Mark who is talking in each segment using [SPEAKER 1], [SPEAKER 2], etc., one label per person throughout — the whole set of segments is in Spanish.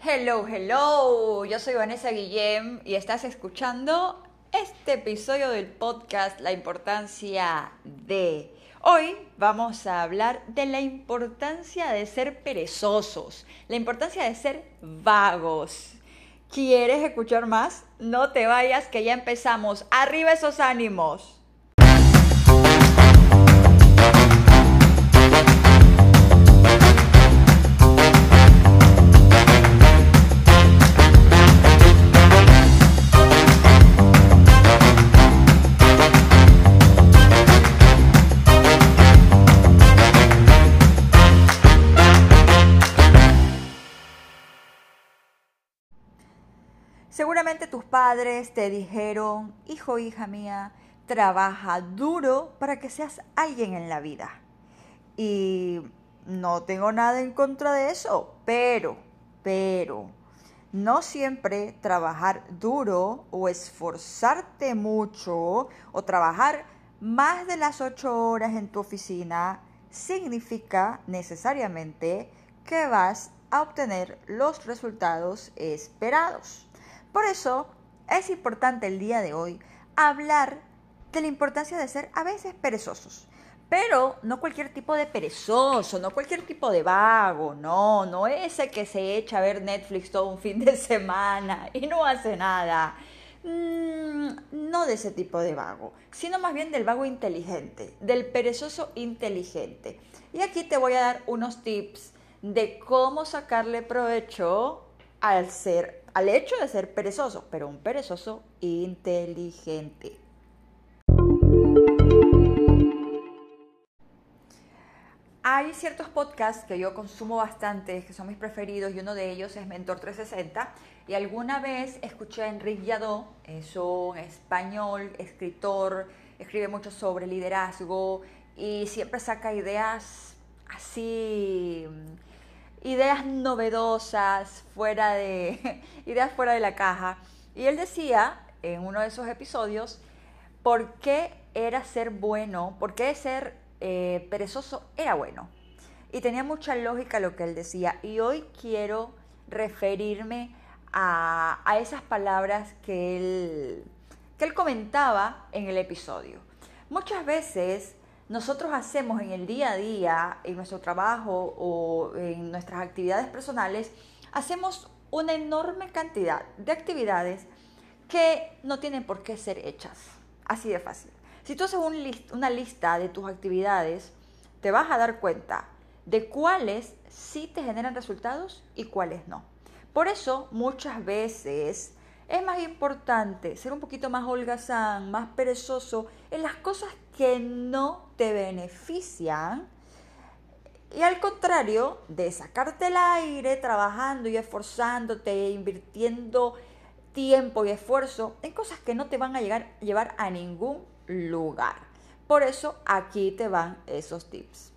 [SPEAKER 1] Hello, hello, yo soy Vanessa Guillem y estás escuchando este episodio del podcast La importancia de... Hoy vamos a hablar de la importancia de ser perezosos, la importancia de ser vagos. ¿Quieres escuchar más? No te vayas que ya empezamos. ¡Arriba esos ánimos! Seguramente tus padres te dijeron, hijo, hija mía, trabaja duro para que seas alguien en la vida. Y no tengo nada en contra de eso, pero, no siempre trabajar duro o esforzarte mucho o trabajar más de las 8 horas en tu oficina significa necesariamente que vas a obtener los resultados esperados. Por eso es importante el día de hoy hablar de la importancia de ser a veces perezosos. Pero no cualquier tipo de perezoso, no cualquier tipo de vago, no ese que se echa a ver Netflix todo un fin de semana y no hace nada. No de ese tipo de vago, sino más bien del vago inteligente, del perezoso inteligente. Y aquí te voy a dar unos tips de cómo sacarle provecho al hecho de ser perezoso, pero un perezoso inteligente. Hay ciertos podcasts que yo consumo bastante, que son mis preferidos, y uno de ellos es Mentor 360. Y alguna vez escuché a Enrique Jadot, es un español, escritor, escribe mucho sobre liderazgo y siempre saca ideas así, ideas novedosas, ideas fuera de la caja. Y él decía en uno de esos episodios por qué era ser bueno, por qué ser perezoso era bueno. Y tenía mucha lógica lo que él decía. Y hoy quiero referirme a esas palabras que él comentaba en el episodio. Muchas veces nosotros hacemos en el día a día, en nuestro trabajo o en nuestras actividades personales, hacemos una enorme cantidad de actividades que no tienen por qué ser hechas. Así de fácil. Si tú haces una lista de tus actividades, te vas a dar cuenta de cuáles sí te generan resultados y cuáles no. Por eso, muchas veces es más importante ser un poquito más holgazán, más perezoso en las cosas que no te benefician y al contrario de sacarte el aire trabajando y esforzándote, invirtiendo tiempo y esfuerzo en cosas que no te van a llevar a ningún lugar. Por eso aquí te van esos tips.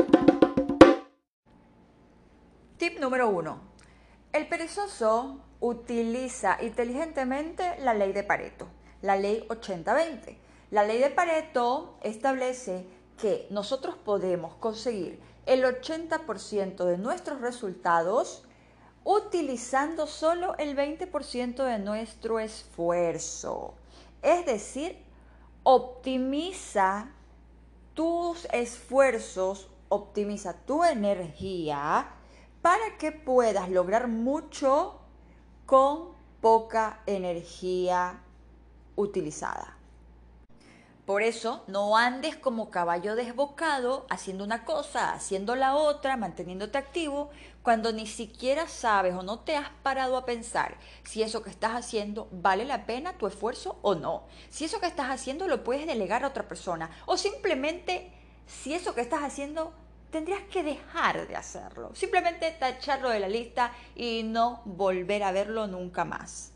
[SPEAKER 1] Tip número 1. El perezoso utiliza inteligentemente la ley de Pareto, la ley 80-20. La ley de Pareto establece que nosotros podemos conseguir el 80% de nuestros resultados utilizando solo el 20% de nuestro esfuerzo. Es decir, optimiza tus esfuerzos, optimiza tu energía para que puedas lograr mucho con poca energía utilizada. Por eso, no andes como caballo desbocado, haciendo una cosa, haciendo la otra, manteniéndote activo, cuando ni siquiera sabes o no te has parado a pensar si eso que estás haciendo vale la pena tu esfuerzo o no. Si eso que estás haciendo lo puedes delegar a otra persona. O simplemente, si eso que estás haciendo tendrías que dejar de hacerlo. Simplemente tacharlo de la lista y no volver a verlo nunca más.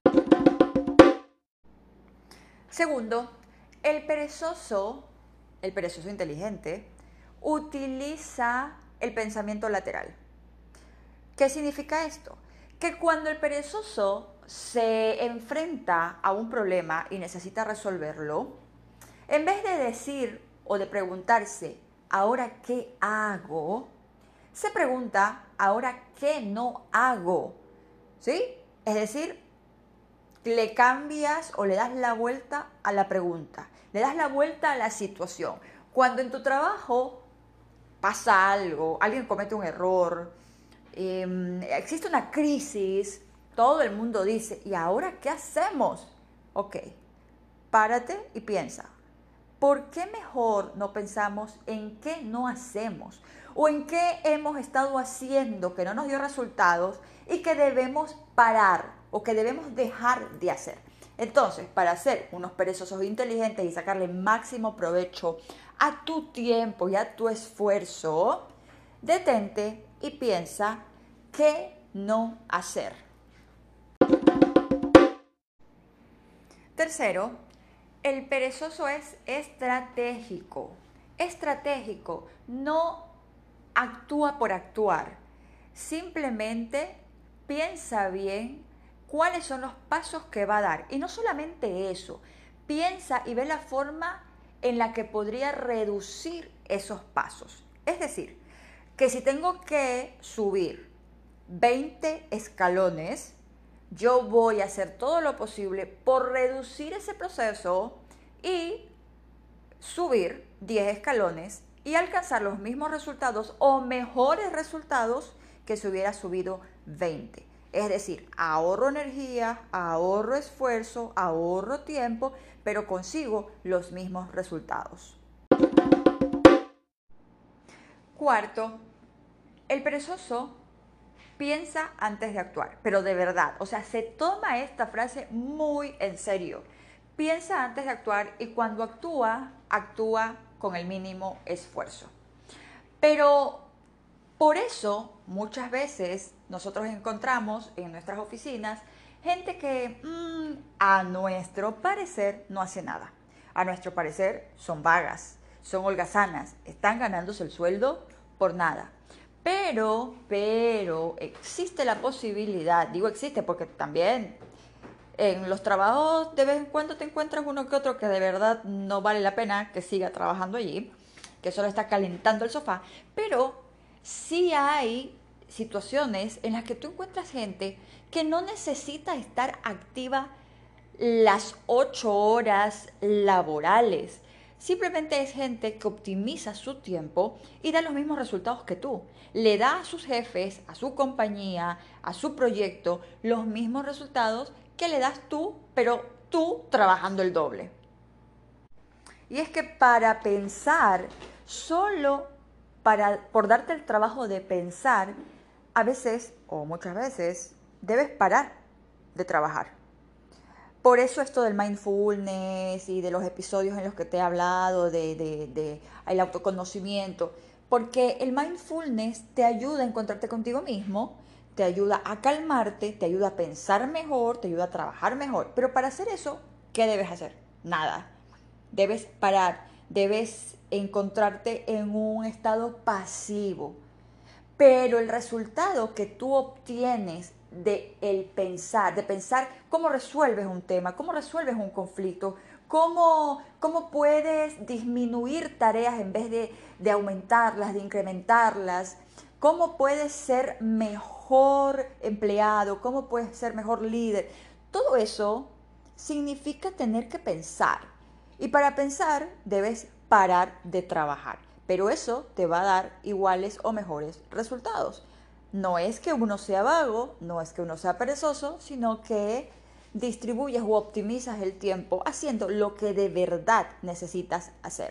[SPEAKER 1] Segundo, el perezoso inteligente, utiliza el pensamiento lateral. ¿Qué significa esto? Que cuando el perezoso se enfrenta a un problema y necesita resolverlo, en vez de decir o de preguntarse, ¿ahora qué hago?, se pregunta, ¿ahora qué no hago? ¿sí? Es decir, le cambias o le das la vuelta a la pregunta, le das la vuelta a la situación. Cuando en tu trabajo pasa algo, alguien comete un error, existe una crisis, todo el mundo dice, ¿y ahora qué hacemos? Ok, párate y piensa, ¿por qué mejor no pensamos en qué no hacemos? O en qué hemos estado haciendo que no nos dio resultados y que debemos parar o que debemos dejar de hacer. Entonces, para ser unos perezosos inteligentes y sacarle máximo provecho a tu tiempo y a tu esfuerzo, detente y piensa qué no hacer. Tercero, el perezoso es estratégico. Estratégico, no actúa por actuar. Simplemente piensa bien cuáles son los pasos que va a dar. Y no solamente eso, piensa y ve la forma en la que podría reducir esos pasos. Es decir, que si tengo que subir 20 escalones, yo voy a hacer todo lo posible por reducir ese proceso y subir 10 escalones y alcanzar los mismos resultados o mejores resultados que si hubiera subido 20. Es decir, ahorro energía, ahorro esfuerzo, ahorro tiempo, pero consigo los mismos resultados. Cuarto, el perezoso piensa antes de actuar, pero de verdad, o sea, se toma esta frase muy en serio. Piensa antes de actuar y cuando actúa, actúa con el mínimo esfuerzo. Pero por eso muchas veces nosotros encontramos en nuestras oficinas gente que a nuestro parecer no hace nada. A nuestro parecer son vagas, son holgazanas, están ganándose el sueldo por nada. Pero existe la posibilidad, digo existe porque también en los trabajos de vez en cuando te encuentras uno que otro que de verdad no vale la pena que siga trabajando allí, que solo está calentando el sofá, pero sí hay situaciones en las que tú encuentras gente que no necesita estar activa las 8 horas laborales. Simplemente es gente que optimiza su tiempo y da los mismos resultados que tú. Le da a sus jefes, a su compañía, a su proyecto, los mismos resultados que le das tú, pero tú trabajando el doble. Y es que para pensar, por darte el trabajo de pensar, a veces o muchas veces debes parar de trabajar. Por eso esto del mindfulness y de los episodios en los que te he hablado de el autoconocimiento, porque el mindfulness te ayuda a encontrarte contigo mismo, te ayuda a calmarte, te ayuda a pensar mejor, te ayuda a trabajar mejor. Pero para hacer eso, ¿qué debes hacer? Nada. Debes parar, debes encontrarte en un estado pasivo. Pero el resultado que tú obtienes de pensar cómo resuelves un tema, cómo resuelves un conflicto, cómo puedes disminuir tareas en vez de aumentarlas, de incrementarlas, cómo puedes ser mejor empleado, cómo puedes ser mejor líder. Todo eso significa tener que pensar. Y para pensar debes parar de trabajar. Pero eso te va a dar iguales o mejores resultados. No es que uno sea vago, no es que uno sea perezoso, sino que distribuyes o optimizas el tiempo haciendo lo que de verdad necesitas hacer.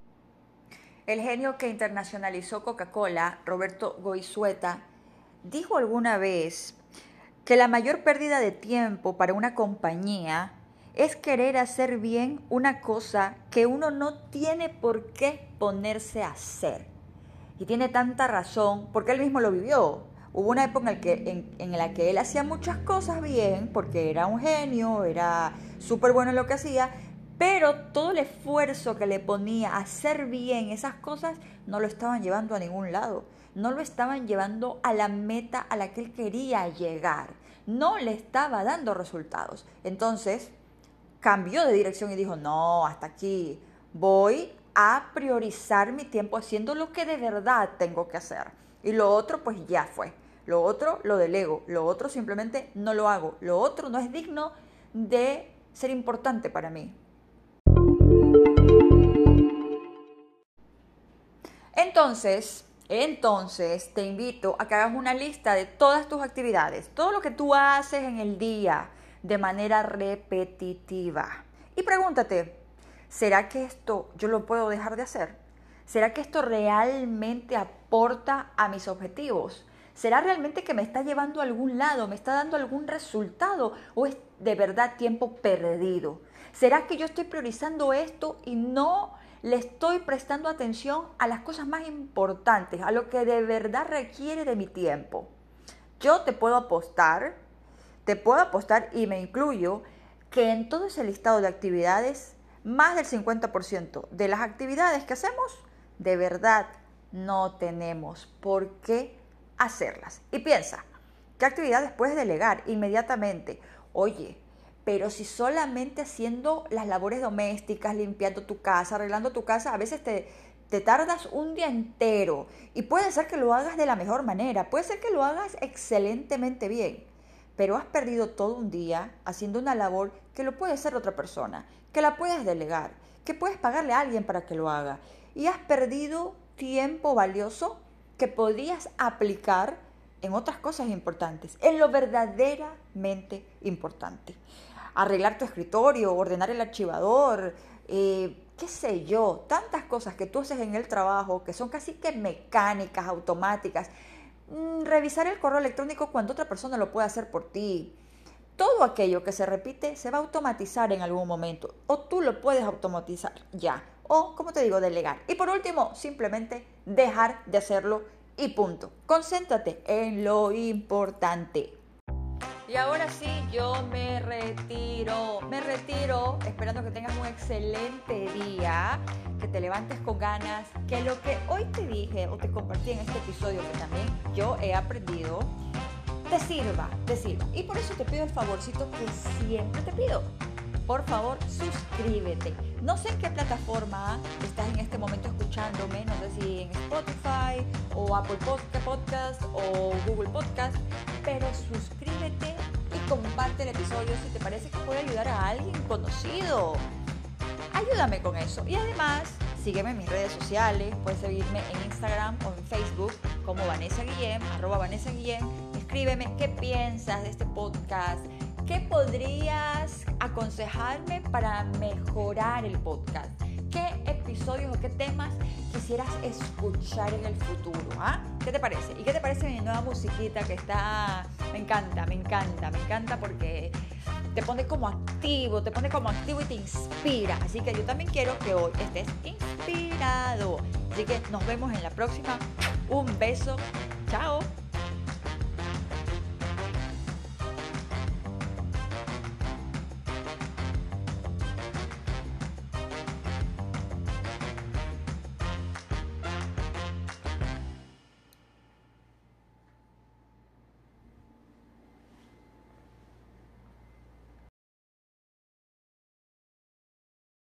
[SPEAKER 1] El genio que internacionalizó Coca-Cola, Roberto Goizueta, dijo alguna vez que la mayor pérdida de tiempo para una compañía es querer hacer bien una cosa que uno no tiene por qué ponerse a hacer. Y tiene tanta razón, porque él mismo lo vivió. Hubo una época en la que él hacía muchas cosas bien, porque era un genio, era súper bueno en lo que hacía, pero todo el esfuerzo que le ponía a hacer bien esas cosas no lo estaban llevando a ningún lado. No lo estaban llevando a la meta a la que él quería llegar. No le estaba dando resultados. Entonces cambió de dirección y dijo, no, hasta aquí, voy a priorizar mi tiempo haciendo lo que de verdad tengo que hacer. Y lo otro pues ya fue. lo otro lo delego, lo otro simplemente no lo hago, lo otro no es digno de ser importante para mí. Entonces te invito a que hagas una lista de todas tus actividades, todo lo que tú haces en el día de manera repetitiva. Y pregúntate, ¿será que esto yo lo puedo dejar de hacer? ¿Será que esto realmente aporta a mis objetivos? ¿Será realmente que me está llevando a algún lado, me está dando algún resultado o es de verdad tiempo perdido? ¿Será que yo estoy priorizando esto y no le estoy prestando atención a las cosas más importantes, a lo que de verdad requiere de mi tiempo? Yo te puedo apostar y me incluyo, que en todo ese listado de actividades, más del 50% de las actividades que hacemos, de verdad no tenemos por qué hacerlas. Y piensa, ¿qué actividades puedes delegar inmediatamente? Oye, pero si solamente haciendo las labores domésticas, limpiando tu casa, arreglando tu casa, a veces te tardas un día entero y puede ser que lo hagas de la mejor manera, puede ser que lo hagas excelentemente bien, pero has perdido todo un día haciendo una labor que lo puede hacer otra persona, que la puedes delegar, que puedes pagarle a alguien para que lo haga y has perdido tiempo valioso que podrías aplicar en otras cosas importantes, en lo verdaderamente importante. Arreglar tu escritorio, ordenar el archivador, qué sé yo, tantas cosas que tú haces en el trabajo que son casi que mecánicas, automáticas. Revisar el correo electrónico cuando otra persona lo puede hacer por ti. Todo aquello que se repite se va a automatizar en algún momento o tú lo puedes automatizar ya o, como te digo, delegar. Y por último, simplemente dejar de hacerlo y punto. Concéntrate en lo importante. Y ahora sí, yo me retiro esperando que tengas un excelente día, que te levantes con ganas, que lo que hoy te dije o te compartí en este episodio que también yo he aprendido, te sirva. Y por eso te pido el favorcito que siempre te pido. Por favor, suscríbete. No sé en qué plataforma estás en este momento escuchándome, no sé si en Spotify o Apple Podcast o Google Podcast, pero suscríbete y comparte el episodio si te parece que puede ayudar a alguien conocido. Ayúdame con eso. Y además, sígueme en mis redes sociales. Puedes seguirme en Instagram o en Facebook como Vanessa Guillén, @Vanessa Guillén. Escríbeme qué piensas de este podcast. ¿Qué podrías aconsejarme para mejorar el podcast? ¿Qué episodios o qué temas quisieras escuchar en el futuro? ¿Qué te parece? ¿Y qué te parece mi nueva musiquita que está? Me encanta porque te pone como activo y te inspira. Así que yo también quiero que hoy estés inspirado. Así que nos vemos en la próxima. Un beso. Chao.